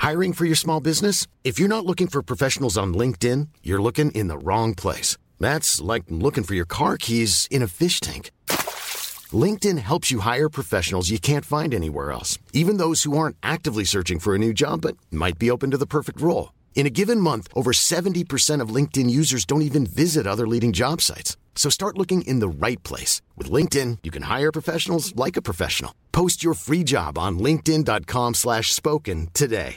Hiring for your small business? If you're not looking for professionals on LinkedIn, you're looking in the wrong place. That's like looking for your car keys in a fish tank. LinkedIn helps you hire professionals you can't find anywhere else, even those who aren't actively searching for a new job but might be open to the perfect role. In a given month, over 70% of LinkedIn users don't even visit other leading job sites. So start looking in the right place. With LinkedIn, you can hire professionals like a professional. Post your free job on linkedin.com/spoken today.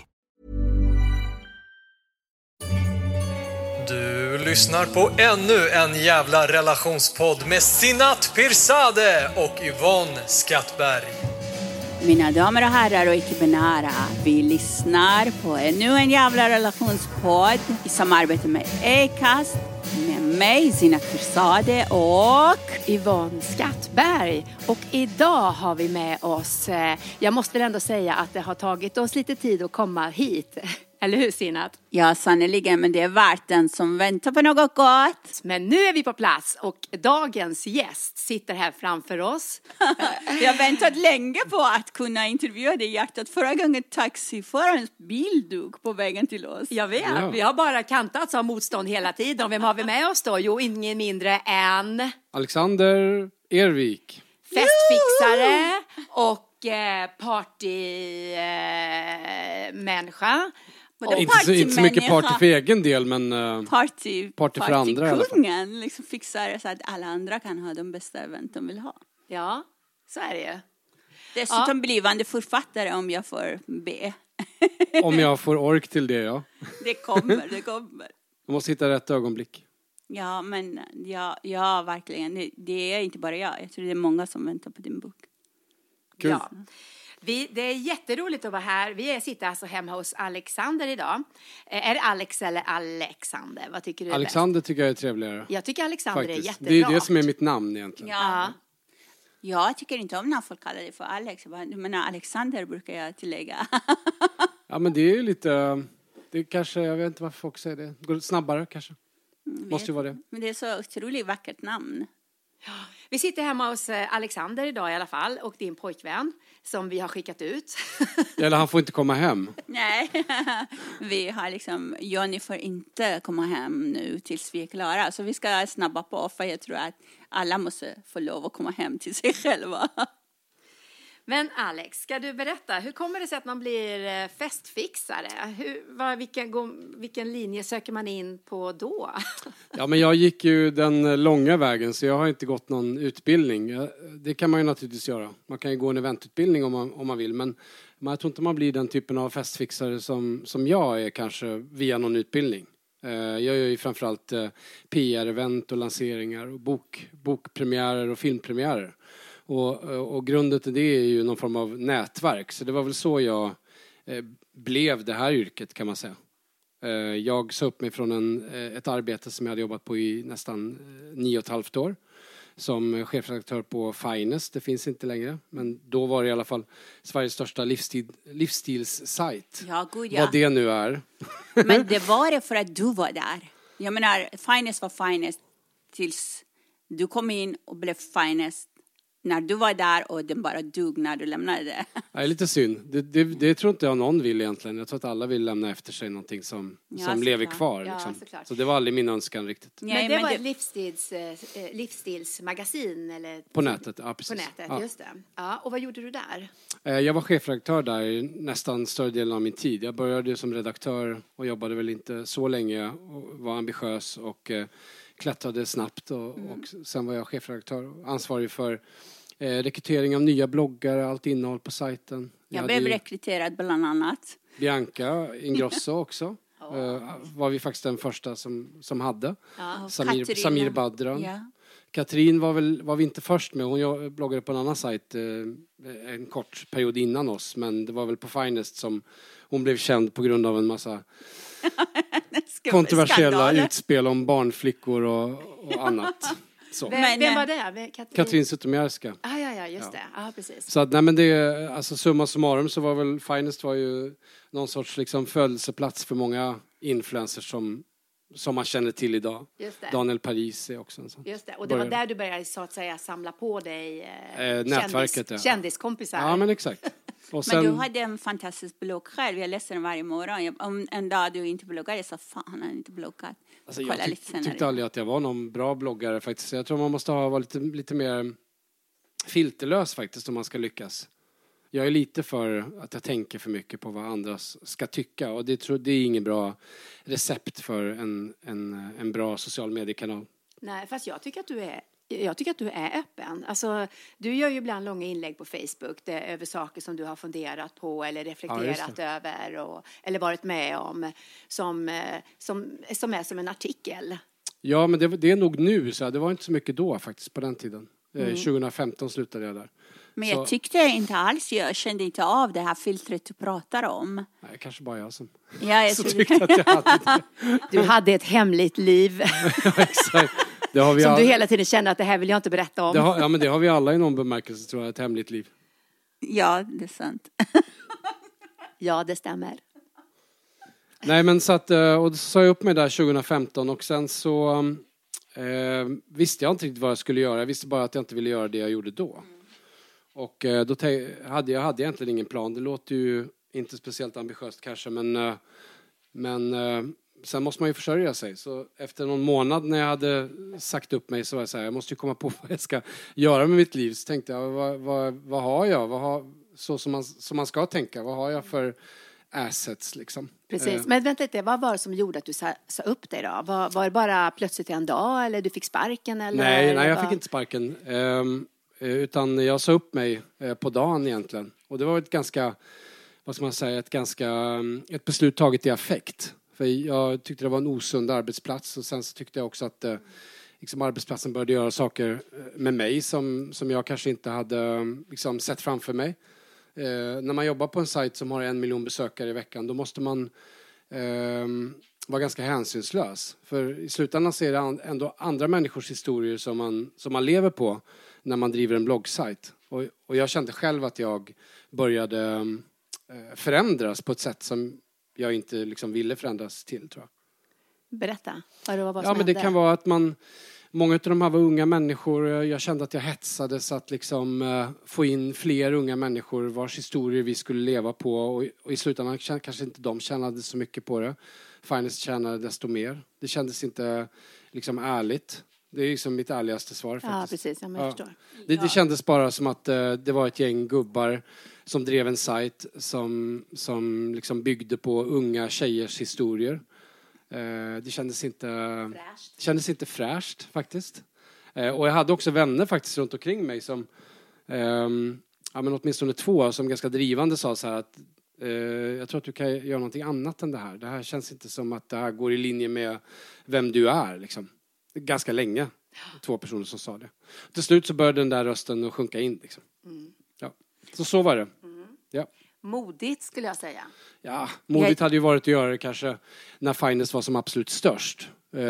Du lyssnar på ännu en jävla relationspodd med Sinat Pirzadeh och Yvonne Skattberg. Mina damer och herrar och icke-binära, vi lyssnar på ännu en jävla relationspodd i samarbete med Acast, med mig, Sinat Pirzadeh och Yvonne Skattberg. Och idag har vi med oss, jag måste väl ändå säga att det har tagit oss lite tid att komma hit. Eller hur, Sinat? Ja, sannoliken, men det är värt den som väntar på något gott. Men nu är vi på plats och dagens gäst sitter här framför oss. Jag har väntat länge på att kunna intervjua dig, hjärtat. Förra gången taxiförarens bil dog på vägen till oss. Jag vet, vi har bara kantats av motstånd hela tiden. Och vem har vi med oss då? Jo, ingen mindre än Alexander Ervik. Festfixare och partymänniska. Inte så mycket party för egen del, men party för andra i alla fall. Kungen liksom fixar så att alla andra kan ha de bästa event de vill ha. Ja, så är det ju. Dessutom blivande författare om jag får be. Om jag får ork till det, ja. Det kommer. Jag måste hitta rätt ögonblick. Ja, men ja, verkligen. Det är inte bara jag. Jag tror det är många som väntar på din bok. Kul. Ja. Det är jätteroligt att vara här. Vi sitter alltså hemma hos Alexander idag. Är det Alex eller Alexander? Vad tycker du är Alexander bäst? tycker jag är trevligare. Jag tycker Alexander faktiskt. är jättebra. Det är det som är mitt namn egentligen. Ja. Jag tycker inte om när folk kallar det för Alex. Men Alexander brukar jag tillägga. Ja, men det är ju lite... Det kanske, jag vet inte varför folk säger det. Går snabbare kanske. Måste ju vara det. Men det är så otroligt vackert namn. Vi sitter hemma hos Alexander idag i alla fall. Och din pojkvän som vi har skickat ut. Eller han får inte komma hem. Nej, vi har liksom... Johnny får inte komma hem nu tills vi är klara. Så vi ska snabba på, för jag tror att alla måste få lov att komma hem till sig själva. Men Alex, ska du berätta, hur kommer det sig att man blir festfixare? Vilken linje söker man in på då? Ja, men jag gick ju den långa vägen, så jag har inte gått någon utbildning. Det kan man ju naturligtvis göra. Man kan ju gå en eventutbildning om man vill, men jag tror inte man blir den typen av festfixare som jag är kanske via någon utbildning. Jag gör ju framförallt PR-event och lanseringar och bokpremiärer och filmpremiärer. Och grunden till det är ju någon form av nätverk. Så det var väl så jag blev det här yrket, kan man säga. Jag sa upp mig från ett arbete som jag hade jobbat på i nästan 9,5 år. Som chefredaktör på Finest. Det finns inte längre. Men då var det i alla fall Sveriges största livsstilssajt. Ja, gud, ja. Vad det nu är. Men det var det för att du var där. Jag menar, Finest var Finest tills du kom in och blev Finest. När du var där och den bara dog när du lämnade det. Det är lite synd. Det tror inte jag någon vill egentligen. Jag tror att alla vill lämna efter sig någonting som lever kvar. Liksom. Så det var aldrig min önskan riktigt. Men det var ett livsstilsmagasin? Eller? På nätet, ja precis. På nätet, ja. Just det. Ja, och vad gjorde du där? Jag var chefredaktör där nästan större delen av min tid. Jag började som redaktör och jobbade väl inte så länge. Och var ambitiös och klättrade snabbt. Och sen var jag chefredaktör. Ansvarig för rekrytering av nya bloggare, allt innehåll på sajten. Jag blev rekryterad bland annat. Bianca Ingrosso också. Var vi faktiskt den första som hade. Ja. Samir Badran. Ja. Katrin var vi inte först med. Hon bloggade på en annan sajt en kort period innan oss. Men det var väl på Finest som hon blev känd på grund av en massa kontroversiella utspel om barnflickor och annat. Så. Vem var det? Katrin Zytomierska. Ja, just det. Ja, precis. Så att, nej, men det, alltså summa summarum så var väl Finest var ju någon sorts liksom födelseplats för många influencers som man känner till idag. Daniel Paris är också en sån. Just det. Och det var där du började så att säga samla på dig nätverket, kändiskompisar. Ja, men exakt. Och sen, Men du hade en fantastisk blogg själv. Jag läser den varje morgon. Om en dag du inte bloggar, jag sa fan, han har inte bloggat. alltså, jag tyckte aldrig att jag var någon bra bloggare faktiskt. Jag tror man måste vara lite mer filterlös faktiskt om man ska lyckas. Jag är lite för att jag tänker för mycket på vad andra ska tycka. Och det är ingen bra recept för en bra social mediekanal. Nej, fast jag tycker att du är öppen. Alltså, du gör ju ibland långa inlägg på Facebook över saker som du har funderat på eller reflekterat över eller varit med om som är som en artikel. Ja, men det är nog nu. Så det var inte så mycket då faktiskt på den tiden. 2015 slutade jag där. Men jag tyckte inte alls, jag kände inte av det här filtret du pratar om. Nej, kanske bara jag som tyckte att jag hade det. Du hade ett hemligt liv. Ja, exakt. Det har vi som du hela tiden känner att det här vill jag inte berätta om. Men det har vi alla i någon bemärkelse, tror jag, ett hemligt liv. Ja, det är sant. Ja, det stämmer. Nej, men så att, och så sa jag upp mig där 2015 och sen så visste jag inte riktigt vad jag skulle göra. Jag visste bara att jag inte ville göra det jag gjorde då. Och då hade jag egentligen ingen plan. Det låter ju inte speciellt ambitiöst kanske, men sen måste man ju försörja sig. Så efter någon månad när jag hade sagt upp mig så var jag så här, jag måste ju komma på vad jag ska göra med mitt liv. Så tänkte jag, vad har jag? Så som man ska tänka. Vad har jag för assets liksom? Precis, men vänta lite, vad var det som gjorde att du sa upp dig då? Var det bara plötsligt en dag eller du fick sparken? Eller? Nej, jag fick inte sparken. Utan jag sa upp mig på dagen egentligen. Och det var ett ganska, vad ska man säga, ett beslut taget i affekt. För jag tyckte det var en osund arbetsplats. Och sen så tyckte jag också att liksom arbetsplatsen började göra saker med mig som jag kanske inte hade liksom sett framför mig. När man jobbar på en sajt som har 1 miljon besökare i veckan, då måste man vara ganska hänsynslös. För i slutändan så är det ändå andra människors historier som man lever på när man driver en bloggsajt. Och jag kände själv att jag började förändras på ett sätt som jag inte liksom ville förändras till, tror jag. Berätta, vad som hände? Men det kan vara att många av de här var unga människor. Jag kände att jag hetsades att liksom få in fler unga människor vars historier vi skulle leva på. Och i slutändan kanske inte de tjänade så mycket på det. Finest tjänade desto mer. Det kändes inte liksom ärligt. Det är liksom mitt ärligaste svar faktiskt. Ja, precis. Jag förstår. Det kändes bara som att det var ett gäng gubbar som drev en sajt som liksom byggde på unga tjejers historier. Det kändes inte fräscht faktiskt. Och jag hade också vänner faktiskt runt omkring mig som men åtminstone 2 som ganska drivande sa så här att jag tror att du kan göra någonting annat än det här. Det här känns inte som att det här går i linje med vem du är liksom. Ganska länge. 2 personer som sa det. Till slut så började den där rösten att sjunka in liksom. Ja. Så var det. Ja. Modigt skulle jag säga. Ja, modigt hade ju varit att göra det kanske när Finest var som absolut störst.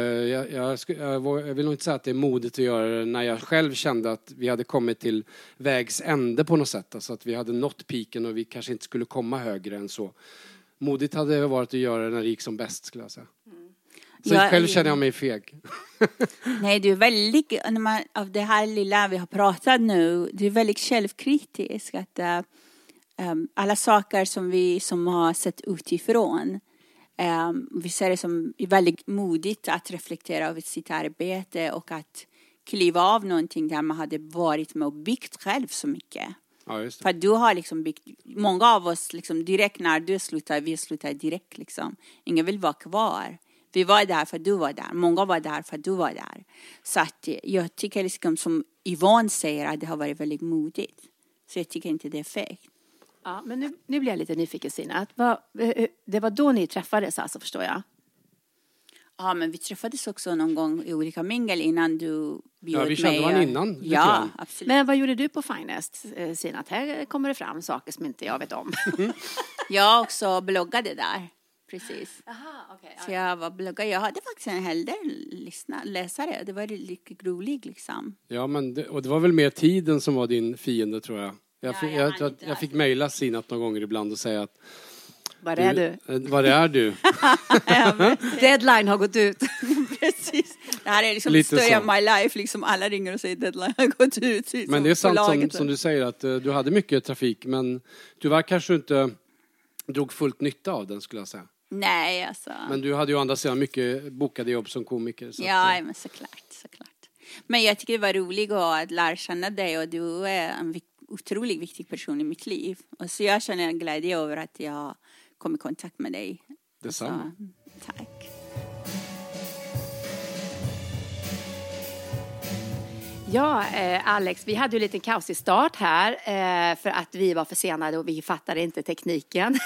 Jag vill nog inte säga att det är modigt att göra det när jag själv kände att vi hade kommit till vägs ände på något sätt. Alltså att vi hade nått piken och vi kanske inte skulle komma högre än så. Modigt hade varit att göra det när det gick som bäst, skulle jag säga. Så själv känner jag mig feg. Nej, du är väldigt, av det här lilla vi har pratat nu, du är väldigt självkritisk. Att alla saker som har sett utifrån, vi ser det som väldigt modigt att reflektera över sitt arbete och att kliva av någonting där man hade varit med och byggt själv så mycket. Ja, just det. För du har liksom byggt, många av oss liksom direkt när du slutar, vi slutar direkt liksom. Ingen vill vara kvar. Vi var där för att du var där. Många var där för att du var där. Så att jag tycker liksom som Yvonne säger att det har varit väldigt modigt. Så jag tycker inte det är fegt. Ja, men nu blir jag lite nyfiken, Stina. Det var då ni träffades alltså, förstår jag? Ja, men vi träffades också någon gång i olika mingel innan du bjöd mig. Ja, vi kände varandra innan. Ja, absolut. Men vad gjorde du på Finest, Stina? Att här kommer det fram saker som inte jag vet om. Jag också bloggade där. Precis. Aha, okay. Så jag var bloggare. Jag hade faktiskt en hel del läsare. Det var lite roligt liksom. Ja, men det var väl mer tiden som var din fiende, tror jag. Jag fick mejla Sinat några gånger ibland och säga att var är du? Var är du? Deadline har gått ut. Precis. Det här är liksom Lite story så. of my life. Liksom alla ringer och säger deadline har gått ut. Liksom, Men det är sant som du säger att du hade mycket trafik. Men tyvärr kanske du inte drog fullt nytta av den, skulle jag säga. Nej, alltså. Men du hade ju andra sidan mycket bokade jobb som komiker. Så Ja, men såklart. Men jag tycker det var roligt att lära känna dig. Och du är en otroligt viktig person i mitt liv. Och så jag känner en glädje över att jag kom i kontakt med dig. Detsamma. Så, tack. Ja, Alex, vi hade ju en liten kaosig start här för att vi var försenade och vi fattade inte tekniken.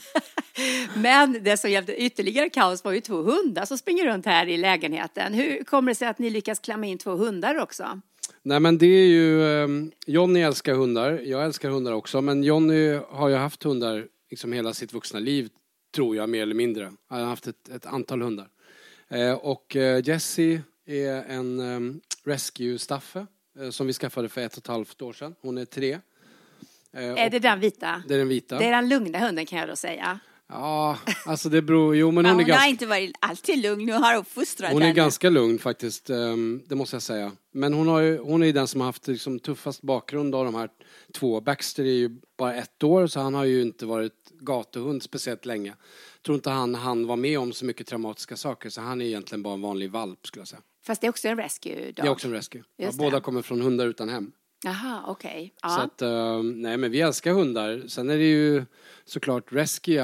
Men det som hjälpte ytterligare kaos var ju 2 hundar som springer runt här i lägenheten. Hur kommer det sig att ni lyckas klämma in 2 hundar också? Nej, men det är ju... Johnny älskar hundar. Jag älskar hundar också. Men Johnny har ju haft hundar liksom hela sitt vuxna liv, tror jag, mer eller mindre. Han har haft ett antal hundar. Och Jessie är en rescue-staffe som vi skaffade för 1,5 år sedan. Hon är 3. Är det den vita? Det är den vita. Det är den lugna hunden, kan jag då säga. Ja, alltså det beror... Jo, men hon är ganska... har inte varit alltid lugn. Nu har uppfostrat Hon är henne. ganska lugn faktiskt, det måste jag säga. Men hon är den som har haft liksom tuffast bakgrund av de här 2. Baxter är ju bara 1 år, så han har ju inte varit gatuhund speciellt länge. Jag tror inte han var med om så mycket traumatiska saker, så han är egentligen bara en vanlig valp, skulle jag säga. Fast det är också en rescue dog. Det är också en rescue. Ja, Just det. båda kommer från hundar utan hem. Jaha, okej. Så Ja. att, nej, men vi älskar hundar. Sen är det ju såklart, rescue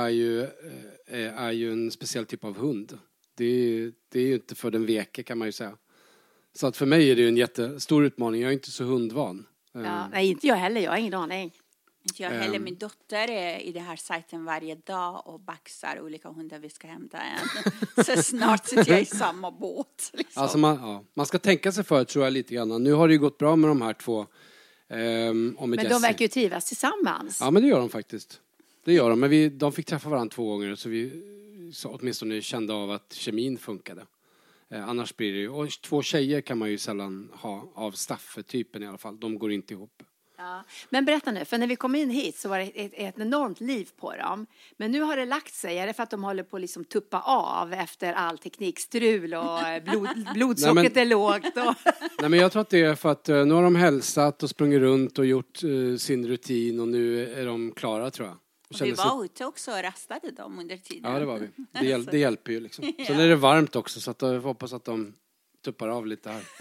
är ju en speciell typ av hund. Det är ju inte för den veke, kan man ju säga. Så att för mig är det ju en jättestor utmaning. Jag är inte så hundvan. Ja, nej, inte jag heller. Jag har ingen aning. Inte jag heller. Min dotter är i den här sajten varje dag och baxar olika hundar vi ska hämta en. Så snart sitter jag i samma båt. Liksom. Alltså man ska tänka sig för, tror jag, lite grann. Nu har det ju gått bra med de här 2. Men de verkar ju trivas tillsammans. Ja, men det gör de faktiskt. Det gör de. Men de fick träffa varandra 2 gånger. Så vi åtminstone kände av att kemin funkade. Annars blir det ju... Och 2 tjejer kan man ju sällan ha av Staffe-typen i alla fall. De går inte ihop. Ja. Men berätta nu, för när vi kom in hit så var det ett enormt liv på dem. Men nu har det lagt sig. Är det för att de håller på att liksom tuppa av efter all teknikstrul och blodsockret är lågt? Och... Nej, men jag tror att det är för att nu har de hälsat och sprungit runt och gjort sin rutin och nu är de klara, tror jag. Och vi var ute också och rastade dem under tiden. Ja, det var vi. Det hjälper ju liksom. Ja. Sen är det varmt också, så att jag hoppas att de tuppar av lite här.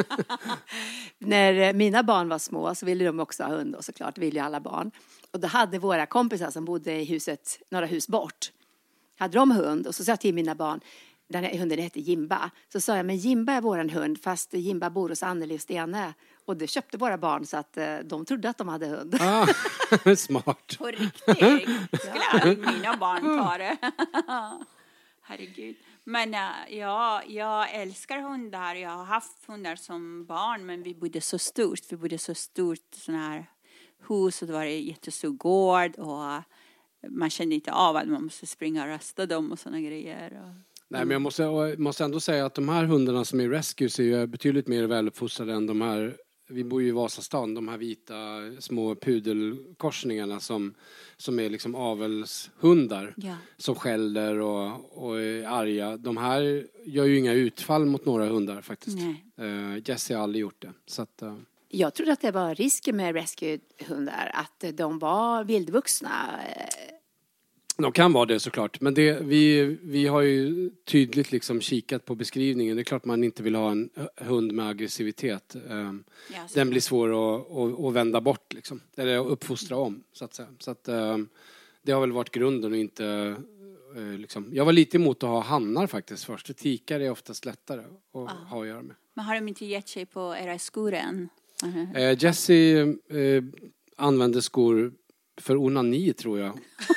När mina barn var små så ville de också ha hund, och såklart vill ju alla barn. Och då hade våra kompisar som bodde i huset några hus bort, hade de hund, och så sa jag till mina barn, den här hunden heter Jimba. Så sa jag, men Jimba är våran hund, fast Jimba bor hos Anneli och Stene. Och det köpte våra barn, så att de trodde att de hade hund. Ah, smart. På riktigt. Skulle aldrig mina barn ta det. Herregud. Men jag älskar hundar. Jag har haft hundar som barn, men vi bodde så stort. Vi bodde så stort sån här hus, och det var en jättestor gård, och man kände inte av att man måste springa och rasta dem och såna grejer. Nej, men jag måste ändå säga att de här hundarna som är rescues är ju betydligt mer väluppfostrade än de här. Vi bor ju i Vasastan, de här vita små pudelkorsningarna som är liksom avelshundar, Ja. som skäller och är arga. De här gör ju inga utfall mot några hundar faktiskt. Jessie har aldrig gjort det. Så att, Jag trodde att det var risken med rescue-hundar, att de var vildvuxna. de kan vara det såklart, men vi har ju tydligt liksom kikat på beskrivningen. Det är klart man inte vill ha en hund med aggressivitet. Den blir svår att vända bort liksom, eller uppfostra om, så att säga. Så att det har väl varit grunden, och inte liksom. Jag var lite emot att ha hannar faktiskt först. Tikar är oftast lättare att ha att göra med. Men har de inte gett sig på era skor än? Jessie använde skor för onani, tror jag.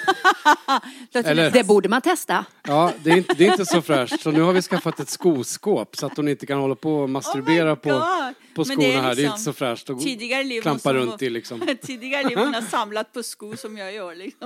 Det borde man testa. Ja, det är inte så fräscht. Så nu har vi skaffat ett skoskåp så att hon inte kan hålla på och masturbera på skorna här. Det är inte så fräscht att klampa runt i liksom. Tidigare liv hon har samlat på skor som jag gör liksom.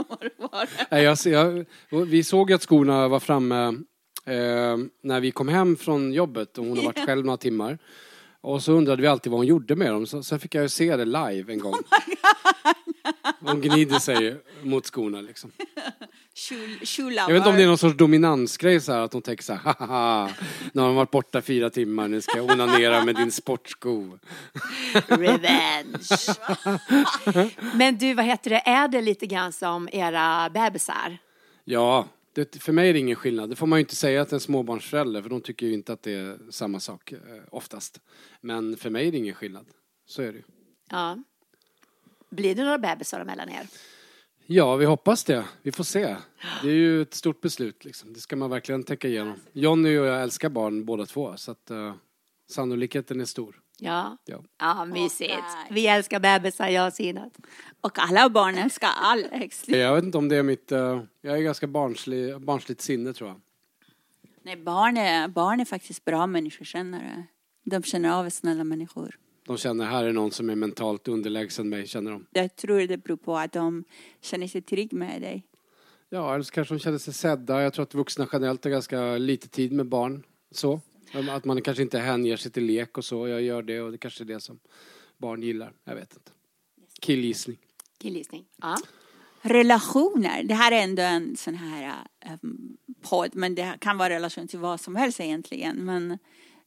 Vi såg att skorna var framme när vi kom hem från jobbet, och hon har varit själv några timmar. Och så undrade vi alltid vad hon gjorde med dem. Så fick jag ju se det live en gång. Hon gnider sig mot skorna liksom. Jag vet inte om det är någon sorts dominansgrej så här, att hon tänker så här, haha, nu har de varit borta 4 timmar, nu ska jag onanera med din sportsko. Revenge. Men du, vad heter det? Är det lite grann som era bebisar? Ja, för mig är det ingen skillnad. Det får man ju inte säga att en småbarnsförälder, för de tycker ju inte att det är samma sak oftast. Men för mig är det ingen skillnad. Så är det ju. Ja. Blir det några bebisar mellan er? Ja, vi hoppas det. Vi får se. Det är ju ett stort beslut liksom. Det ska man verkligen tänka igenom. Jonny och jag älskar barn båda två, så att sannolikheten är stor. Ja, mysigt. Vi älskar bebisar, jag och Sinat. Och alla barn älskar Alex. Jag vet inte om det är mitt... jag är ganska barnsligt sinne, tror jag. Nej, barn är faktiskt bra människokännare. De känner av snälla människor. De känner här är någon som är mentalt underlägsen mig, känner de. Jag tror det beror på att de känner sig trygg med dig. Ja, eller så kanske de känner sig sedda. Jag tror att vuxna generellt har ganska lite tid med barn. Så. Att man kanske inte hänger sig till lek och så. Jag gör det och det kanske är det som barn gillar. Jag vet inte. Killgissning, ja. Relationer. Det här är ändå en sån här podd. Men det kan vara relation till vad som helst egentligen. Men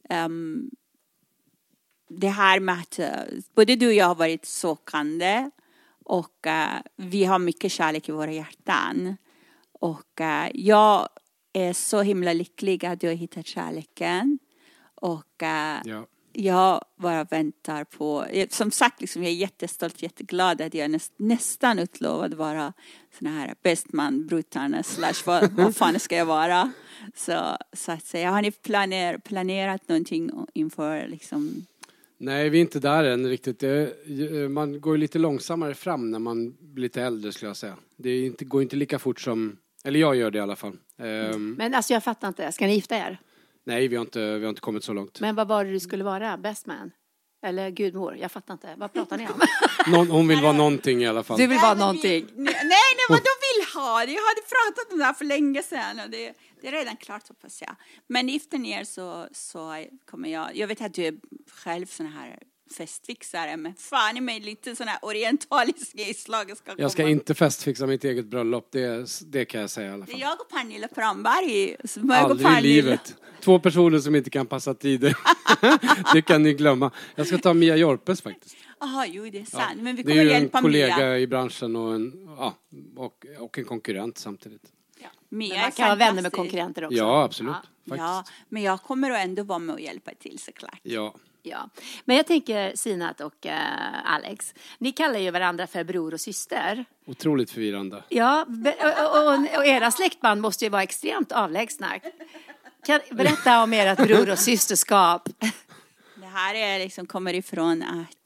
det här med att både du och jag har varit sökande. Och vi har mycket kärlek i våra hjärtan. Och jag är så himla lycklig att du har hittat kärleken. Och jag bara väntar på... Som sagt, liksom, jag är jättestolt, jätteglad att jag nästan utlovad vara sån här bestman, brutarna, / vad fan ska jag vara? Så att säga, har ni planerat någonting inför liksom... Nej, vi är inte där än riktigt. Man går ju lite långsammare fram när man blir lite äldre, skulle jag säga. Det går inte lika fort som... Eller jag gör det i alla fall. Men alltså jag fattar inte. Ska ni gifta er? Nej, vi har inte kommit så långt. Men vad var det du skulle vara? Best man? Eller gudmor? Jag fattar inte. Vad pratar ni om? Hon vill vara någonting i alla fall. Du vill vara någonting? Nej, vad de vill ha. Jag hade pratat om det här för länge sedan. Och det är redan klart, hoppas jag. Men efter ner så kommer jag... Jag vet att du är själv sån här festfixare. Men fan i mig lite sån här orientaliska inslag ska komma. Jag ska inte festfixa mitt eget bröllop. Det kan jag säga i alla fall. Det är jag och Pernilla Framberg. Aldrig i livet. 2 personer som inte kan passa tider. Det kan ni glömma. Jag ska ta Mia Jorpes faktiskt. Jaha, jo det är sant. Ja. Men vi kommer hjälpa Mia. Det är ju en kollega i branschen och en konkurrent samtidigt. Ja. Mia man kan vara vänner med konkurrenter också. Ja, absolut. Ja, men jag kommer ändå vara med och hjälpa till såklart. Ja, men jag tänker Sinat och Alex, ni kallar ju varandra för bror och syster. Otroligt förvirrande. Ja, och era släktband måste ju vara extremt avlägsna. Berätta om ert bror och systerskap. Det här är liksom, kommer ifrån att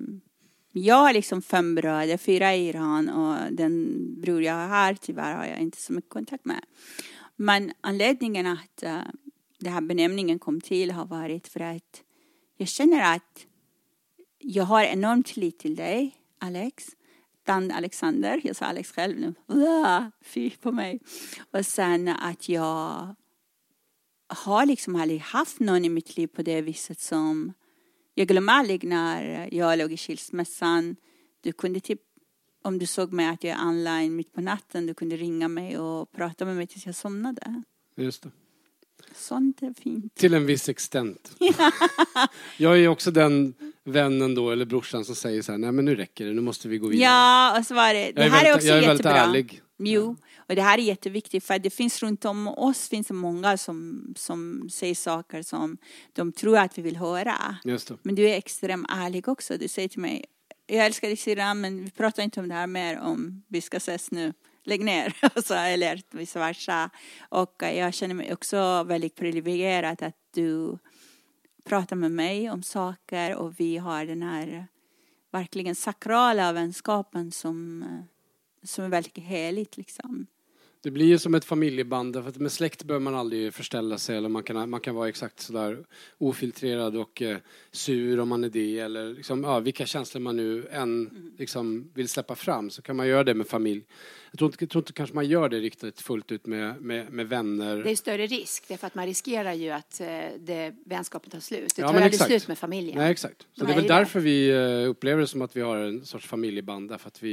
jag har liksom 5 bröder, 4 i Iran och den bror jag har här tyvärr har jag inte så mycket kontakt med. Men anledningen att den här benämningen kom till har varit för att jag känner att jag har enormt tillit till dig, Alex. Dan Alexander, jag sa Alex själv nu. Fy på mig. Och sen att jag har liksom aldrig haft någon i mitt liv på det viset som... Jag glömmer aldrig när jag låg i skilsmässan. Du kunde typ, om du såg mig att jag är online mitt på natten, du kunde ringa mig och prata med mig tills jag somnade. Just det. Sånt är fint. Till en viss extent. Jag är också den vännen då, eller brorsan som säger så här, nej men nu räcker det, nu måste vi gå vidare. Ja, och så var det. Det här är också jag är jättebra. väldigt ärlig. Jo, och det här är jätteviktigt för det finns runt om oss finns det många som säger saker som de tror att vi vill höra. Just det. Men du är extremt ärlig också. Du säger till mig, jag älskar dig syrran, men vi pratar inte om det här mer om vi ska ses nu. Lägg ner, alltså, eller vice versa. Och jag känner mig också väldigt privilegierad att du pratar med mig om saker och vi har den här verkligen sakrala vänskapen som är väldigt heligt liksom. Det blir ju som ett familjeband, för att med släkt behöver man aldrig förställa sig, eller man kan vara exakt sådär ofiltrerad och sur om man är det, eller liksom, vilka känslor man nu liksom vill släppa fram, så kan man göra det med familj. Jag tror inte kanske man gör det riktigt fullt ut med vänner. Det är större risk, det är för att man riskerar ju att vänskapen tar slut. Det tar aldrig slut med familjen. Nej, exakt. Så det är väl därför vi upplever det som att vi har en sorts familjeband, därför att vi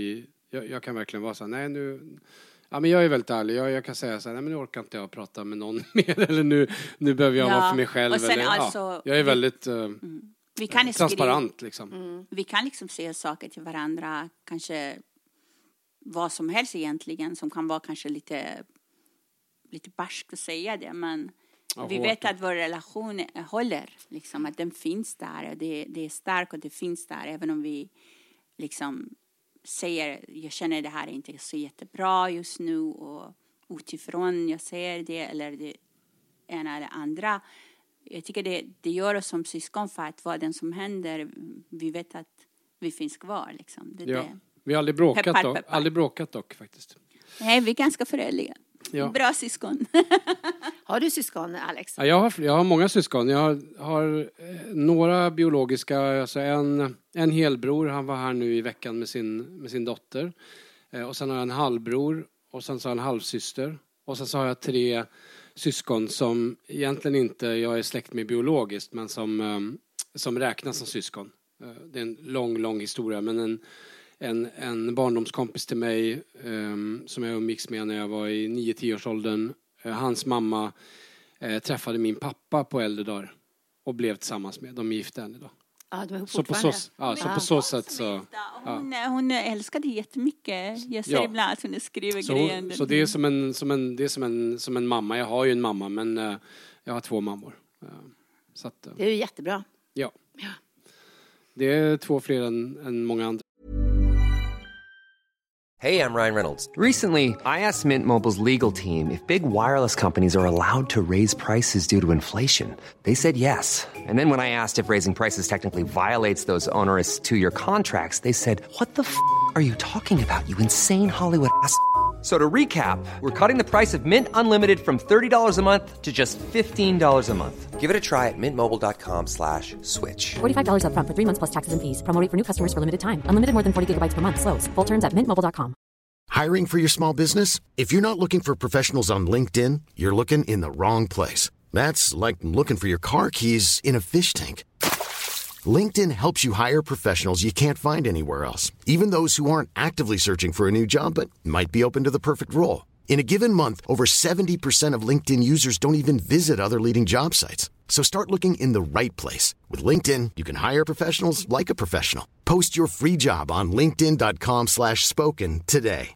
Jag kan verkligen vara så här, nej nu... Ja, men jag är väldigt ärlig. Jag kan säga så här, nej men nu orkar inte jag prata med någon mer. Eller nu behöver jag vara för mig själv. Och sen eller, alltså, jag är väldigt vi kan transparent liksom. Vi kan liksom säga saker till varandra. Kanske vad som helst egentligen. Som kan vara kanske lite barskt att säga det. Men vi vet att vår relation håller. Liksom, att den finns där. Och det är starkt och det finns där. Även om vi liksom... säger, jag känner det här är inte så jättebra just nu och utifrån jag ser det eller det ena eller andra. Jag tycker det gör oss som syskon för att vad den som händer, vi vet att vi finns kvar liksom. Vi har aldrig bråkat aldrig bråkat dock faktiskt. Nej, vi är ganska föräldraliga. Ja. Bra syskon. Har du syskon, Alex? Ja, jag har många syskon. Jag har några biologiska, alltså en helbror, han var här nu i veckan med sin dotter. Och sen har jag en halvbror och sen så har jag en halvsyster. Och sen så har jag 3 syskon som egentligen inte jag är släkt med biologiskt, men som räknas som syskon. Det är en lång historia, men en barndomskompis till mig som jag umgicks med när jag var i 9-10-årsåldern. Hans mamma träffade min pappa på äldre dagar och blev tillsammans med. De är gifta än idag. Ja, de är så på så sätt så... Hon älskade jättemycket. Jag säger ibland att hon skriver grejer. Så det är som en mamma. Jag har ju en mamma, men jag har 2 mammor. Så att, det är ju jättebra. Ja. Det är 2 fler än många andra. Hey, I'm Ryan Reynolds. Recently, I asked Mint Mobile's legal team if big wireless companies are allowed to raise prices due to inflation. They said yes. And then when I asked if raising prices technically violates those onerous 2-year contracts, they said, "What the are you talking about, you insane Hollywood ass?" So to recap, we're cutting the price of Mint Unlimited from $30 a month to just $15 a month. Give it a try at mintmobile.com/switch. $45 up front for 3 months plus taxes and fees. Promo rate for new customers for limited time. Unlimited more than 40 gigabytes per month. Slows full terms at mintmobile.com. Hiring for your small business? If you're not looking for professionals on LinkedIn, you're looking in the wrong place. That's like looking for your car keys in a fish tank. LinkedIn helps you hire professionals you can't find anywhere else, even those who aren't actively searching for a new job but might be open to the perfect role. In a given month, over 70% of LinkedIn users don't even visit other leading job sites. So start looking in the right place. With LinkedIn, you can hire professionals like a professional. Post your free job on linkedin.com/spoken today.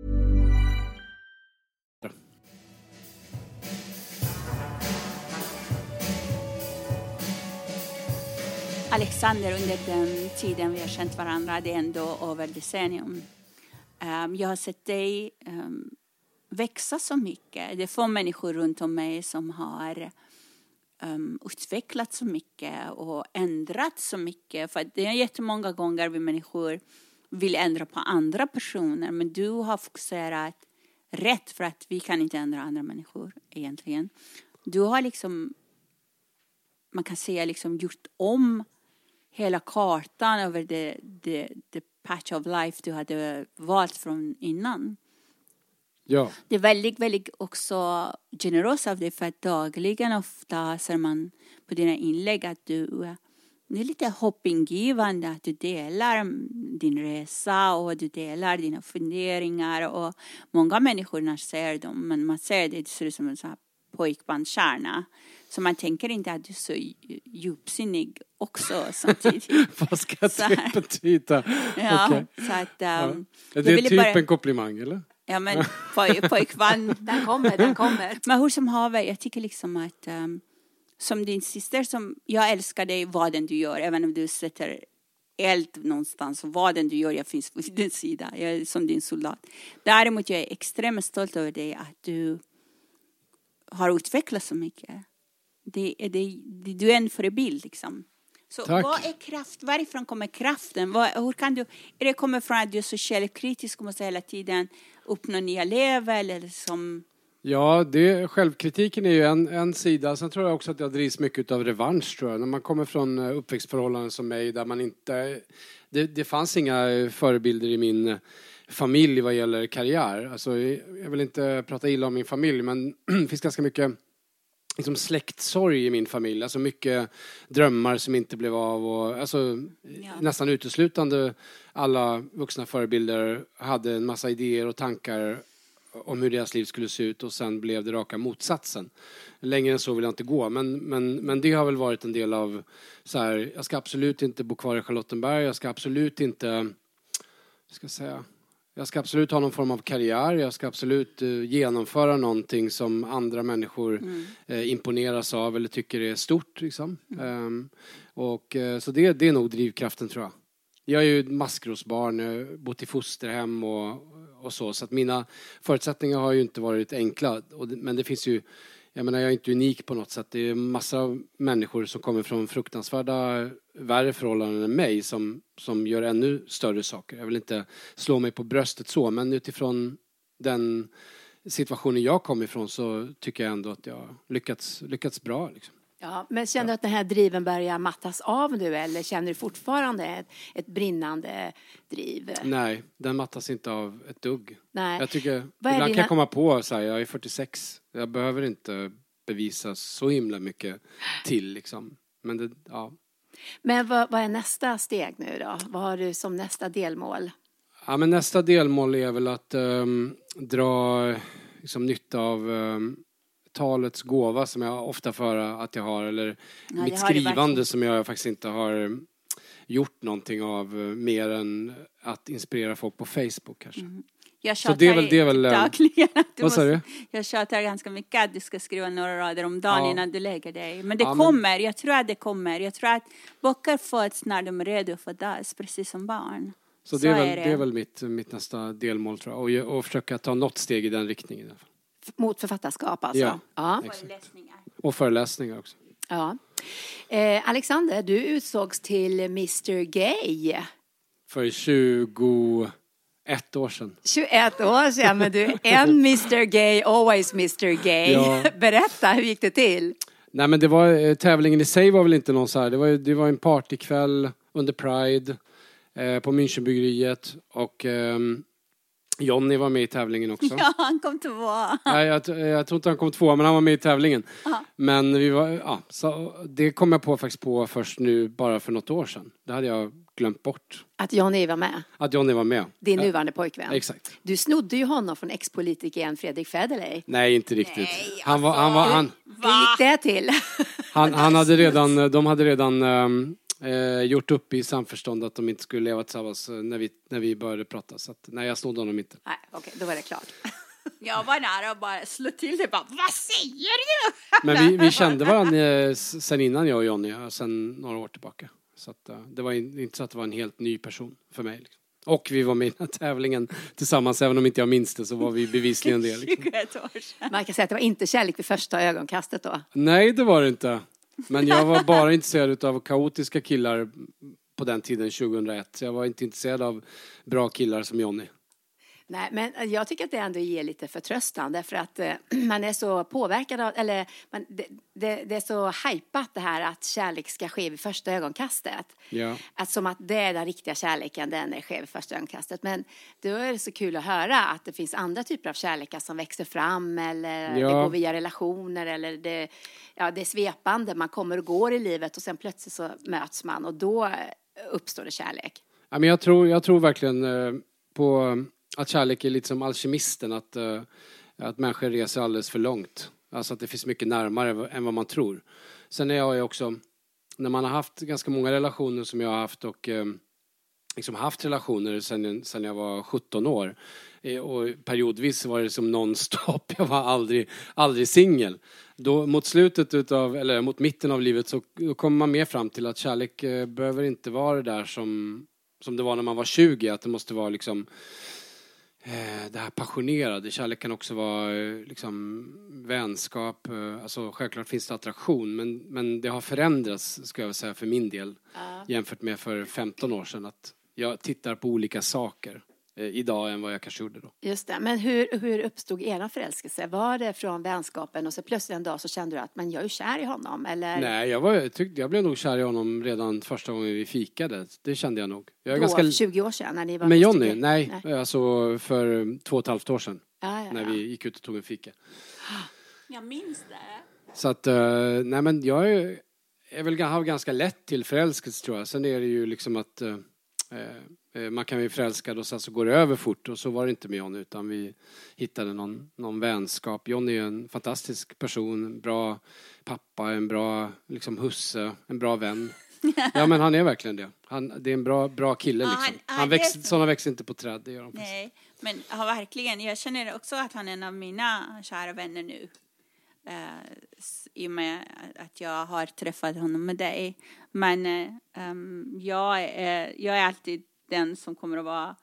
Alexander, under den tiden vi har känt varandra, det är ändå över decennium. Jag har sett dig växa så mycket. Det är få människor runt om mig som har utvecklats så mycket och ändrat så mycket. För det är jättemånga gånger vi människor vill ändra på andra personer. Men du har fokuserat rätt, för att vi kan inte ändra andra människor egentligen. Du har liksom, man kan säga liksom gjort om hela kartan över the patch of life du hade valt från innan. Ja. Det är väldigt, väldigt också generöst av dig, för att dagligen ofta ser man på dina inlägg att det är lite hoppingivande att du delar din resa och du delar dina funderingar, och många människor ser dem, men man ser det ser ut som en sån här pojkbandskärna. Så man tänker inte att du är så djupsinnig också samtidigt. Vad ska det betyda? Ja, okay. Så att... Det är typ en komplimang, eller? Ja, men pojkvän, den kommer. Men hur som haver, jag tycker liksom att som din syster, som jag älskar dig vad den du gör, även om du sätter eld någonstans, vad den du gör, jag finns på din sida, jag är som din soldat. Däremot jag är extremt stolt över dig att du har utvecklat så mycket. Du är en förebild liksom. Så tack. Vad är kraft? Varifrån kommer kraften? Hur kan du? Är det kommer från att du är så källkritisk och måste hela tiden uppnå nya level eller som? Ja, självkritiken är ju en sida. Sen tror jag också att jag drivs mycket av revansch, tror jag. När man kommer från uppväxtförhållanden som mig, där man inte... Det fanns inga förebilder i min familj vad gäller karriär. Alltså, jag vill inte prata illa om min familj, men det finns ganska mycket liksom släktsorg i min familj. Alltså mycket drömmar som inte blev av. Och, alltså, nästan uteslutande alla vuxna förebilder hade en massa idéer och tankar om hur deras liv skulle se ut. Och sen blev det raka motsatsen. Längre än så vill jag inte gå. Men det har väl varit en del av så här, jag ska absolut inte bo kvar i Charlottenberg. Jag ska absolut inte, jag ska absolut ha någon form av karriär. Jag ska absolut genomföra någonting som andra människor imponeras av eller tycker är stort. Liksom. Så det är nog drivkraften, tror jag. Jag är ju maskrosbarn, bott i fosterhem och så. Så att mina förutsättningar har ju inte varit enkla. Men det finns ju, jag menar, jag är inte unik på något sätt. Det är massa av människor som kommer från fruktansvärda, värre förhållanden än mig som gör ännu större saker. Jag vill inte slå mig på bröstet så, men utifrån den situationen jag kom ifrån så tycker jag ändå att jag lyckats bra. Liksom. Ja, men känner du att den här driven börjar mattas av nu, eller känner du fortfarande ett brinnande driv? Nej, den mattas inte av ett dugg. Nej. Jag tycker, ibland kan jag komma på så här, jag är 46, jag behöver inte bevisa så himla mycket till liksom. Men det, ja. Men vad är nästa steg nu då? Vad har du som nästa delmål? Ja, men nästa delmål är väl att dra liksom, nytta av talets gåva som jag ofta får att jag har, eller mitt skrivande som jag faktiskt inte har gjort någonting av mer än att inspirera folk på Facebook kanske. Jag tjatar dagligen. Jag tjatar ganska mycket att du ska skriva några rader om dagen innan du lägger dig. Men det kommer, jag tror att det kommer. Jag tror att böcker föds när de är redo för das, precis som barn. Så det är väl mitt nästa delmål, tror jag. Och försöka ta något steg i den riktningen i alla fall. Mot författarskap alltså? Ja. Och föreläsningar också. Ja. Alexander, du utsågs till Mr. Gay. För 21 år sedan. 21 år sedan, men du är en Mr. Gay, always Mr. Gay. Ja. Berätta, hur gick det till? Nej, men det var, tävlingen i sig var väl inte någon så här. Det var en partykväll under Pride på Münchenbryggeriet och Johnny var med i tävlingen också. Ja, han kom tvåa. Nej, jag tror inte han kom tvåa, men han var med i tävlingen. Aha. Men så det kom jag faktiskt på först nu, bara för något år sedan. Det hade jag glömt bort. Att Johnny var med? Att Johnny var med. Din nuvarande pojkvän? Exakt. Du snodde ju honom från ex-politikern Fredrik Federley. Nej, inte riktigt. Nej, hur gick det till? De hade redan gjort upp i samförstånd att de inte skulle leva tillsammans när vi började prata. Så att, nej, jag snodde honom inte. Nej, okej, då var det klart. Jag var nära och bara slå till det. Bara, vad säger du? Men vi kände varandra sen innan, jag och Johnny. Sen några år tillbaka. Så att, det var inte så att det var en helt ny person för mig. Liksom. Och vi var med i den här tävlingen tillsammans. Även om inte jag minns det så var vi bevisligen det. Liksom. 21 år sedan. Man kan säga att det var inte kärlek vid första ögonkastet då. Nej, det var det inte. Men jag var bara intresserad av kaotiska killar på den tiden, 2001. Så jag var inte intresserad av bra killar som Johnny. Nej, men jag tycker att det ändå ger lite förtröstan. Därför att man är så påverkad av, eller det är så hypat det här att kärlek ska ske vid första ögonkastet. Ja. Att som att det är den riktiga kärleken, den sker vid första ögonkastet. Men då är det så kul att höra att det finns andra typer av kärlekar som växer fram. Eller det går via relationer. Eller det är svepande. Man kommer och går i livet och sen plötsligt så möts man. Och då uppstår det kärlek. Ja, men jag tror verkligen på att kärlek är lite som alkemisten, att människor reser alldeles för långt. Alltså att det finns mycket närmare än vad man tror. Sen är jag också, när man har haft ganska många relationer som jag har haft och liksom haft relationer sen jag var 17 år. Och periodvis var det som non-stop. Jag var aldrig singel. Då mot slutet mot mitten av livet så kommer man mer fram till att kärlek behöver inte vara det där som det var när man var 20. Att det måste vara liksom det här passionerade. Kärlek kan också vara liksom vänskap. Alltså självklart finns det attraktion. Men det har förändrats, ska jag säga, för min del. Jämfört med för 15 år sedan. Att jag tittar på olika saker idag än vad jag kanske gjorde då. Just det. Men hur uppstod era förälskelse? Var det från vänskapen och så plötsligt en dag så kände du att men jag är ju kär i honom? Eller? Nej, jag blev nog kär i honom redan första gången vi fikade. Det kände jag nog. Jag då, ganska 20 år sedan när ni var med Johnny? Nej, alltså för 2,5 år sedan. Ja. När vi gick ut och tog en fika. Jag minns det. Så att, nej men jag är väl har ganska lätt till förälskelse tror jag. Sen är det ju liksom att man kan bli förälskad och sen så går det över fort. Och så var det inte med John, utan vi hittade någon vänskap. John är en fantastisk person, en bra pappa, en bra liksom husse, en bra vän. Ja, men han är verkligen det. Det är en bra kille liksom. Sådana växer inte på träd, det gör de. Nej, men verkligen. Jag känner också att han är en av mina kära vänner nu. I och med att jag har träffat honom med dig. Men jag är alltid den som kommer att vara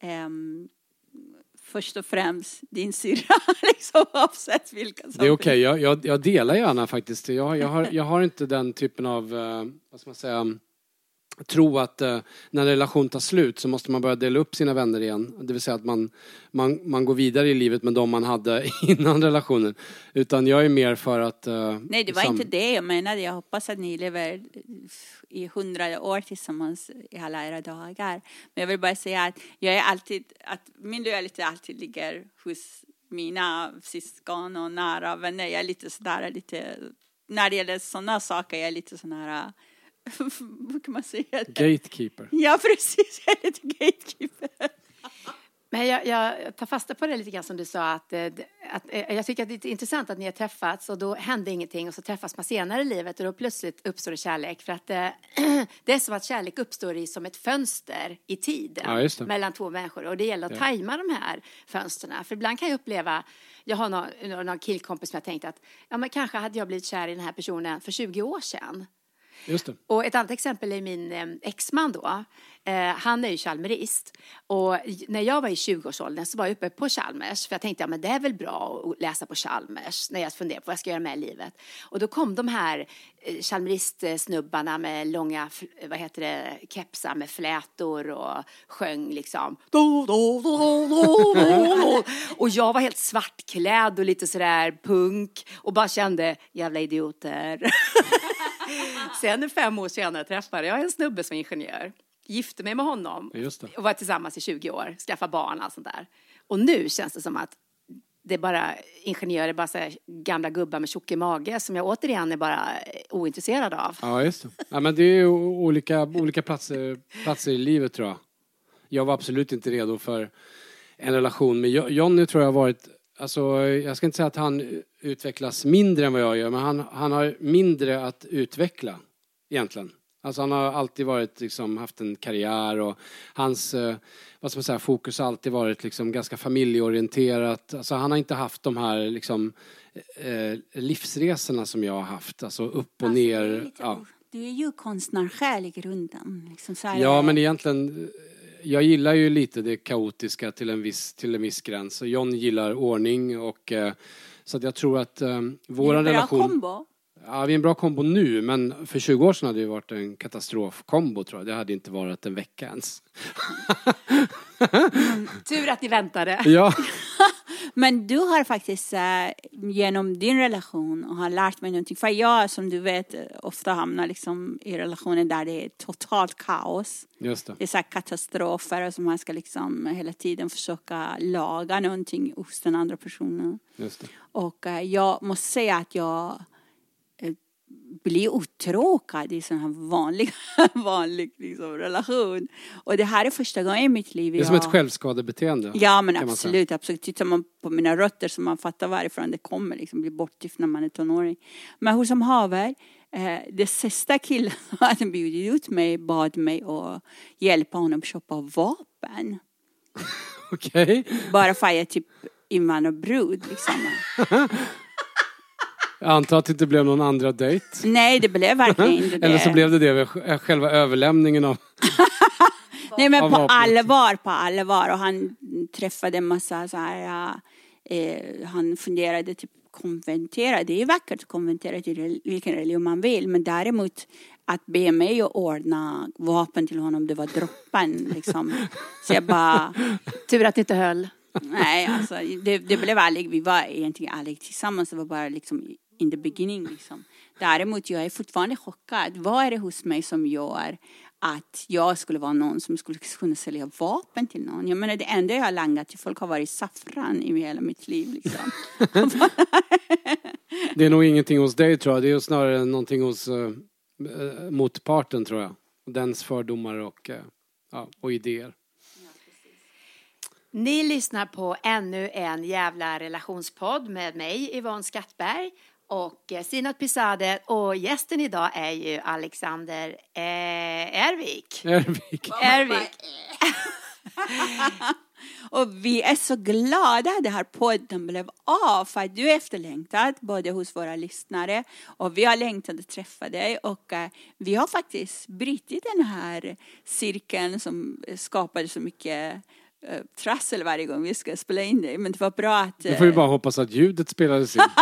först och främst din syrra. Liksom, oavsett vilka som. Det är okej. Jag delar gärna faktiskt. Jag har inte den typen av vad ska man säga, tro att när en relation tar slut så måste man börja dela upp sina vänner igen. Det vill säga att man går vidare i livet med de man hade innan relationen. Utan jag är mer för att... Nej, det var inte det jag menade. Jag hoppas att ni lever i 100 år tillsammans i alla era dagar. Men jag vill bara säga att jag är alltid... att min lojalitet alltid ligger hos mina syskon och nära vänner. Jag är lite sådär, när det gäller sådana saker, jag är lite sån här... vad kan man säga? Gatekeeper. Ja, precis. Jag är lite gatekeeper. Men jag tar fasta på det lite grann som du sa. Att jag tycker att det är intressant att ni har träffats och då händer ingenting. Och så träffas man senare i livet och då plötsligt uppstår det kärlek. För att det är som att kärlek uppstår som ett fönster i tiden mellan två människor. Och det gäller att tajma de här fönsterna. För ibland kan jag uppleva, jag har någon killkompis som jag tänkt att men kanske hade jag blivit kär i den här personen för 20 år sedan. Just det. Och ett annat exempel är min exman då. Han är ju chalmerist. Och när jag var i 20-årsåldern så var jag uppe på Chalmers. För jag tänkte, men det är väl bra att läsa på Chalmers. När jag funderade på vad jag ska göra med livet. Och då kom de här chalmerist-snubbarna med långa, kepsar med flätor och sjöng liksom. Och jag var helt svartklädd och lite sådär punk. Och bara kände, jävla idioter. Sen 5 år senare träffade jag en snubbe som ingenjör. Gifte mig med honom och var tillsammans i 20 år. Skaffa barn och allt sånt där. Och nu känns det som att det är bara ingenjörer, bara så här gamla gubbar med tjock i mage som jag återigen är bara ointresserad av. Ja, just det. Ja, men det är ju olika platser i livet tror jag. Jag var absolut inte redo för en relation med Johnny tror jag har varit... Alltså, jag ska inte säga att han utvecklas mindre än vad jag gör, men han har mindre att utveckla egentligen. Alltså han har alltid varit liksom, haft en karriär och hans vad ska man säga, fokus har alltid varit liksom, ganska familjeorienterat. Alltså han har inte haft de här liksom, livsresorna som jag har haft, alltså upp och ner. Du är ju konstnär själv i grunden. Liksom, så här ja, men egentligen... Jag gillar ju lite det kaotiska till en viss gräns. Och John gillar ordning och så att jag tror att våran relation... Det är en bra kombo. Ja, vi är en bra kombo nu, men för 20 år sedan hade det varit en katastrofkombo tror jag. Det hade inte varit en vecka ens. Tur att ni väntade. Ja. Men du har faktiskt genom din relation och har lärt mig någonting. För jag, som du vet, ofta hamnar liksom i relationer där det är totalt kaos. Just det. Det är så här katastrofer som man ska liksom hela tiden försöka laga någonting hos den andra personen. Just det. Och jag måste säga att jag blir uttråkad i sån här vanlig liksom, relation. Och det här är första gången i mitt liv. Det är som ett självskadebeteende. Ja, men absolut. Tittar man på mina rötter så man fattar varifrån det kommer. Liksom, blir bortgift när man är tonåring. Men hur som haver, det sista killen som hade bjudit ut mig bad mig att hjälpa honom att köpa vapen. Okej. Bara för att jag typ invandrarbrud liksom. Jag antar att det inte blev någon andra dejt. Nej, det blev verkligen inte det. Eller så blev det vid själva överlämningen av... Nej, men på allvar. Och han träffade en massa så här... han funderade typ konvertera. Det är vackert att konvertera till vilken religion man vill. Men däremot att be mig att ordna vapen till honom, det var droppen liksom. Så jag bara... Tur att det inte höll. Nej, alltså det blev aldrig, vi var egentligen aldrig tillsammans, det var bara liksom in the beginning liksom. Däremot jag är fortfarande chockad. Vad är det hos mig som gör att jag skulle vara någon som skulle kunna sälja vapen till någon. Jag menar, det enda jag har langat till folk har varit saffran i hela mitt liv. Liksom. Det är nog ingenting hos dig, tror jag. Det är snarare någonting hos motparten, tror jag. Dens fördomar och idéer. Ni lyssnar på ännu en jävla relationspodd med mig, Yvonne Skattberg och Sinat Pisade. Och gästen idag är ju Alexander Ervik. Och vi är så glada att den här podden blev av, för att du är efterlängtad både hos våra lyssnare och vi har längtat att träffa dig, och vi har faktiskt brutit den här cirkeln som skapade så mycket trassel varje gång vi ska spela in det. Men det var bra att... Nu får vi bara hoppas att ljudet spelades in.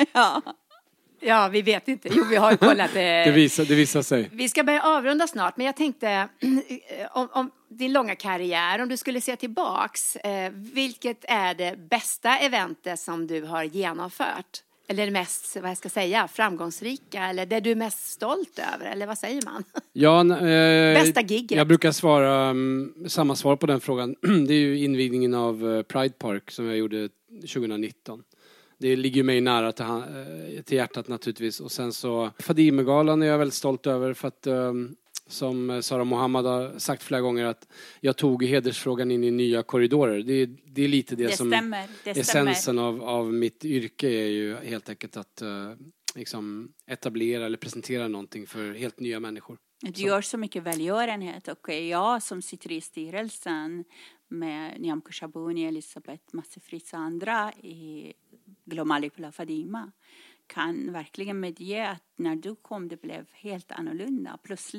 Ja, vi vet inte. Jo, vi har ju kollat det. Det visar sig. Vi ska börja avrunda snart, men jag tänkte om din långa karriär, om du skulle se tillbaks, vilket är det bästa eventet som du har genomfört? Eller det mest, vad jag ska säga, framgångsrika, eller det du är mest stolt över, eller vad säger man? Ja, bästa gigget. Jag brukar svara samma svar på den frågan. Det är ju invigningen av Pride Park som jag gjorde 2019. Det ligger mig nära till hjärtat naturligtvis. Och sen så Fadimegalan är jag väldigt stolt över, för att som Sara Mohammed har sagt flera gånger, att jag tog hedersfrågan in i nya korridorer. Det är lite det som stämmer. Essensen av mitt yrke är ju helt enkelt att liksom etablera eller presentera någonting för helt nya människor. Du gör så mycket välgörenhet, och jag som sitter i styrelsen med Nyamko Sabuni, Elisabeth Massefritz och andra i Glomali Pula Fadima kan verkligen medge att när du kom det blev helt annorlunda.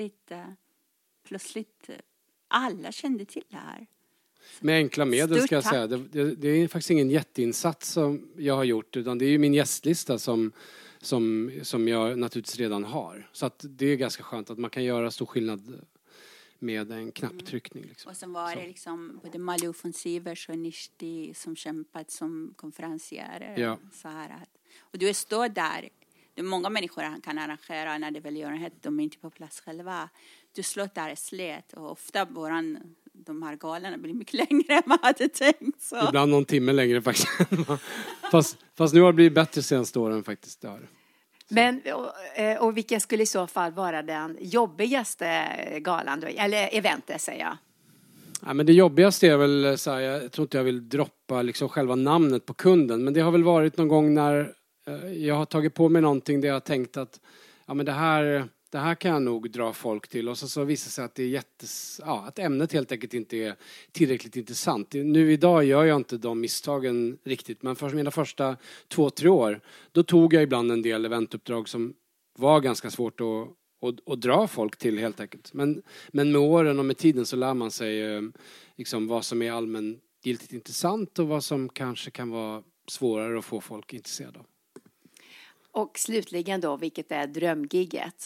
Plötsligt alla kände till det här. Med enkla medel ska jag säga. Det är faktiskt ingen jätteinsats som jag har gjort, utan det är ju min gästlista som jag naturligtvis redan har. Så att det är ganska skönt att man kan göra stor skillnad med en knapptryckning. Liksom. Och sen var det liksom både Malou von Sivers och Nishti som kämpat som konferencierer. Ja. Så här. Och du står där. Det är många människor kan arrangera när det väl gör de är inte på plats själva. Du slår där i slet, och ofta de här galarna blir mycket längre än man hade tänkt. Så. Ibland någon timme längre faktiskt. fast nu har det blivit bättre senaste åren faktiskt. Där. Men, och vilken skulle i så fall vara den jobbigaste galan då? Eller eventet, säger jag. Ja, men det jobbigaste är väl så här, jag tror inte jag vill droppa liksom själva namnet på kunden, men det har väl varit någon gång när jag har tagit på mig någonting där jag har tänkt att ja, men det här kan jag nog dra folk till, och så visar sig att det är att ämnet helt enkelt inte är tillräckligt intressant. Nu idag gör jag inte de misstagen riktigt, men för mina första 2-3 år då tog jag ibland en del eventuppdrag som var ganska svårt att dra folk till helt enkelt. Men med åren och med tiden så lär man sig liksom vad som är allmängiltigt intressant och vad som kanske kan vara svårare att få folk intresserade av. Och slutligen då, vilket är drömgigget?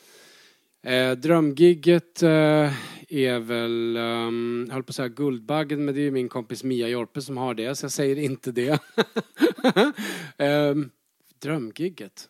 Drömgigget är väl, jag håller på att säga Guldbaggen, men det är min kompis Mia Jorpe som har det, så jag säger inte det. Drömgigget?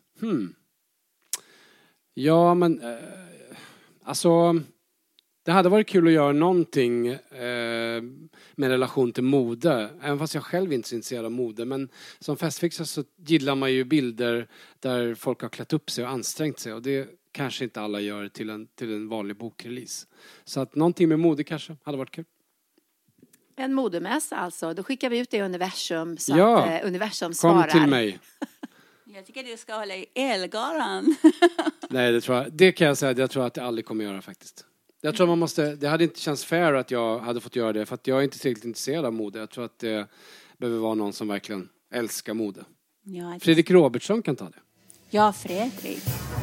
Ja, men alltså det hade varit kul att göra någonting med relation till mode. Även fast jag själv inte är så intresserad av mode. Men som festfixare så gillar man ju bilder där folk har klätt upp sig och ansträngt sig. Och det kanske inte alla gör till en vanlig bokrelease. Så att någonting med mode kanske hade varit kul. En modemässa alltså. Då skickar vi ut det i universum så att universum svarar. Kom till mig. Jag tycker du ska hålla i Elgalan. Nej, det kan jag säga. Jag tror att det aldrig kommer göra faktiskt. Jag tror det hade inte känts fair att jag hade fått göra det, för att jag är inte tillräckligt intresserad av mode. Jag tror att det behöver vara någon som verkligen älskar mode. Ja, Fredrik Robertsson kan ta det. Ja, Fredrik.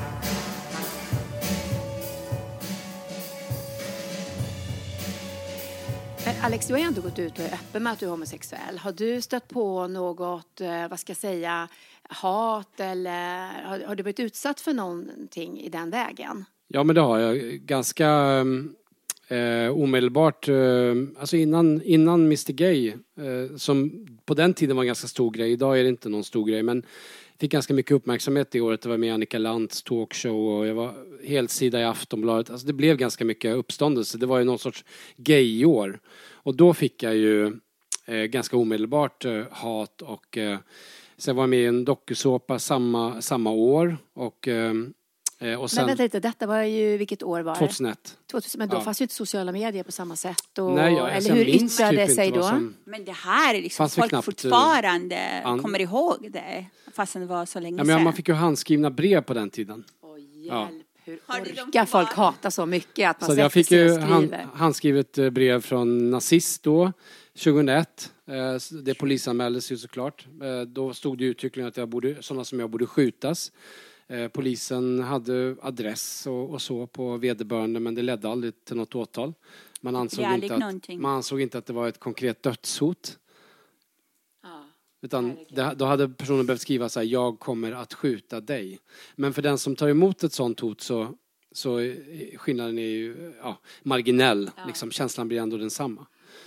Alex, du har ju ändå gått ut och är öppen med att du är homosexuell. Har du stött på något, hat, eller har du varit utsatt för någonting i den vägen? Ja, men det har jag. Ganska omedelbart, alltså innan Mr. Gay, som på den tiden var en ganska stor grej. Idag är det inte någon stor grej, men fick ganska mycket uppmärksamhet det året. Det var med Annika Lantz talkshow och jag var helsida i Aftonbladet. Alltså det blev ganska mycket uppståndelse. Det var ju någon sorts gayår. Och då fick jag ju ganska omedelbart hat och sen var jag med i en dokusåpa samma år och sen, men vänta lite, detta var ju, vilket år var det? 2001. Men då fanns ju inte sociala medier på samma sätt. Och, Nej, eller hur yttrade det sig då? Men det här är liksom folk fortfarande kommer ihåg det. Fast det var så länge sedan. Men man fick ju handskrivna brev på den tiden. Hjälp, hur orkar folk hata så mycket att man så jag fick ju handskrivet brev från nazist då, 2001. Det polisanmäldes ju såklart. Då stod det uttryckligen att sådana som jag borde skjutas. Polisen hade adress och så på vederbörande, men det ledde aldrig till något åtal. Man ansåg inte att det var ett konkret dödshot. Utan då hade personen behövt skriva så här: jag kommer att skjuta dig. Men för den som tar emot ett sånt hot så skillnaden är ju marginell. Liksom, känslan blir ändå densamma.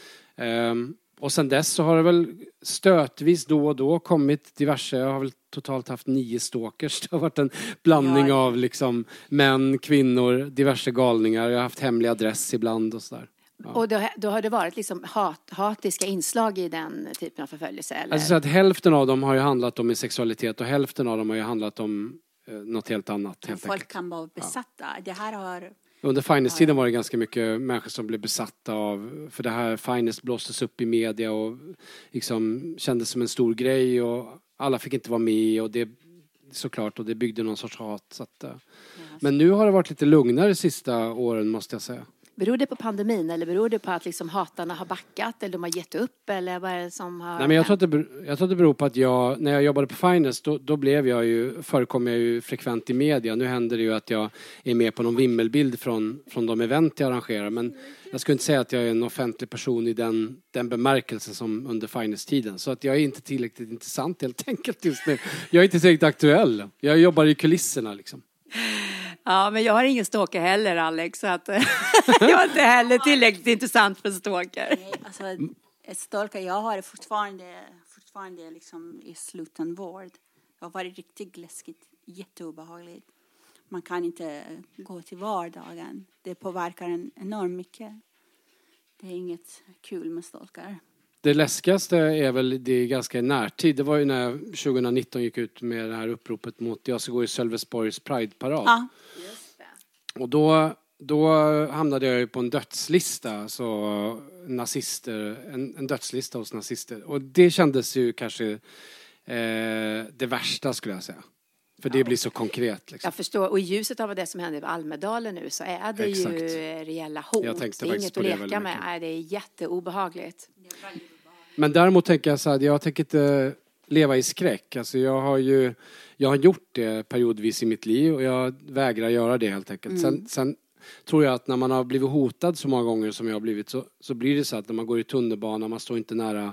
Och sen dess så har det väl stötvis då och då kommit diverse. Jag har väl totalt haft 9 stalkers. Det har varit en blandning av liksom män, kvinnor, diverse galningar. Jag har haft hemlig adress ibland och sådär. Ja. Och då har det varit liksom hatiska inslag i den typen av förföljelse? Eller? Alltså så att hälften av dem har ju handlat om sexualitet och hälften av dem har ju handlat om något helt annat. Helt folk enkelt. Kan vara besatta. Det här har... Under Finest-tiden var det ganska mycket människor som blev besatta av, för det här Finest blåstes upp i media och liksom kändes som en stor grej och alla fick inte vara med och det såklart, och det byggde någon sorts hat. Så att, men nu har det varit lite lugnare de sista åren, måste jag säga. Beror det på pandemin eller beror det på att liksom hatarna har backat eller de har gett upp eller vad är det som har... Nej, men jag tror att det beror på att när jag jobbade på Finest då förekom jag ju frekvent i media. Nu händer det ju att jag är med på någon vimmelbild från de event jag arrangerar, men jag skulle inte säga att jag är en offentlig person i den bemärkelsen som under Finest-tiden. Så att jag är inte tillräckligt intressant helt enkelt just nu. Jag är inte tillräckligt aktuell. Jag jobbar i kulisserna liksom. Ja, men jag har ingen stalker heller, Alex, så att jag är inte heller tillräckligt intressant för stalker. Nej, alltså stalker jag har fortfarande liksom i sluten vård. Det har varit riktigt läskigt, jätteobehagligt. Man kan inte gå till vardagen. Det påverkar en enormt mycket. Det är inget kul med stalker. Det läskigaste är väl det ganska närtid. Det var ju när jag 2019 gick ut med det här uppropet mot jag ska gå i Sölvesborgs Pride-parad. Ja. Just det. Och då hamnade jag ju på en dödslista, så nazister, en dödslista hos nazister. Och det kändes ju kanske det värsta, skulle jag säga. För det blir så konkret. Liksom. Jag förstår. Och i ljuset av det som händer i Almedalen nu så är det ju reella hot. Det är inget att leka med. Nej, det är jätteobehagligt. Men däremot tänker jag så här, jag tänker inte leva i skräck. Alltså jag har gjort det periodvis i mitt liv och jag vägrar göra det helt enkelt. Sen tror jag att när man har blivit hotad så många gånger som jag har blivit så blir det så att när man går i tunnelbanan, man står inte nära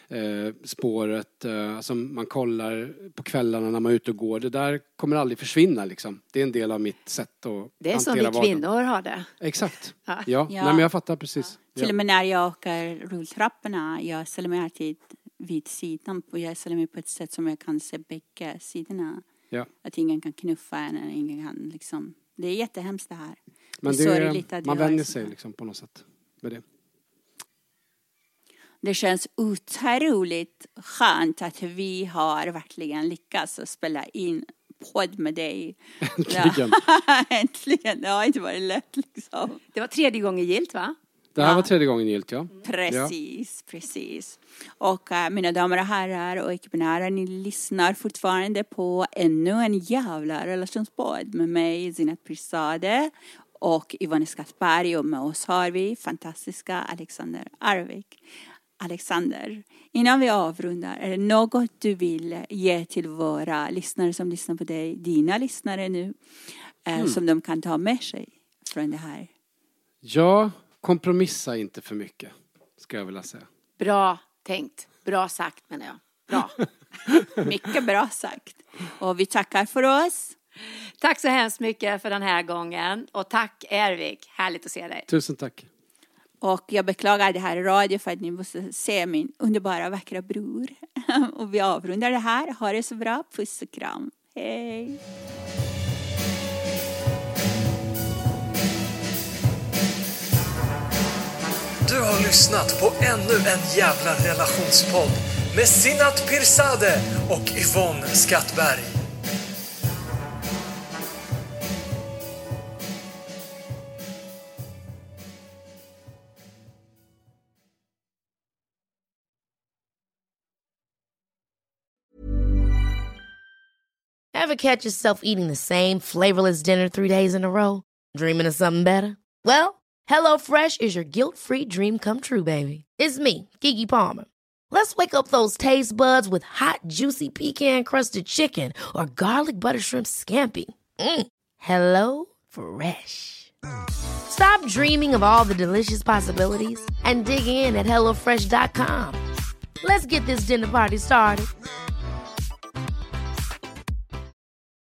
spåret, alltså man kollar på kvällarna när man är ute och går. Det där kommer aldrig försvinna liksom. Det är en del av mitt sätt att det är som vi kvinnor har det. Exakt. Ja. Nej, men jag fattar precis. Ja. Till och med när jag åker rulltrapporna, jag ställer mig alltid vid sidan och jag ställer mig på ett sätt som jag kan se bägge sidorna. Ja. Att ingen kan knuffa en eller ingen kan liksom. Det är jättehemskt det här. Men man vänjer sig liksom på något sätt med det. Det känns otroligt skönt att vi har verkligen lyckats att spela in podd med dig. Äntligen. Äntligen. Det har inte varit lätt liksom. Det var 3:e gången gilt, va? Det här var 3:e gången gilt, ja. Precis. Och mina damer och herrar och icke-binära, ni lyssnar fortfarande på ännu en jävla relationspodd med mig, Zinat Pirzadeh och Yvonne Skattberg, och med oss har vi fantastiska Alexander Arvik. Alexander, innan vi avrundar, är det något du vill ge till våra lyssnare som lyssnar på dig, dina lyssnare nu, som de kan ta med sig från det här? Ja, kompromissa inte för mycket, ska jag vilja säga. Bra tänkt, bra sagt menar jag. Bra. Mycket bra sagt. Och vi tackar för oss. Tack så hemskt mycket för den här gången. Och tack Ervik, härligt att se dig. Tusen tack. Och jag beklagar det här i radio för att ni måste se min underbara vackra bror. Och vi avrundar det här. Ha det så bra. Puss och kram. Hej! Du har lyssnat på ännu en jävla relationspodd med Sinat Pirzadeh och Yvonne Skattberg. Ever catch yourself eating the same flavorless dinner 3 days in a row? Dreaming of something better? Well, HelloFresh is your guilt-free dream come true, baby. It's me, Keke Palmer. Let's wake up those taste buds with hot, juicy pecan-crusted chicken or garlic butter shrimp scampi. Hello Fresh. Stop dreaming of all the delicious possibilities and dig in at HelloFresh.com. Let's get this dinner party started.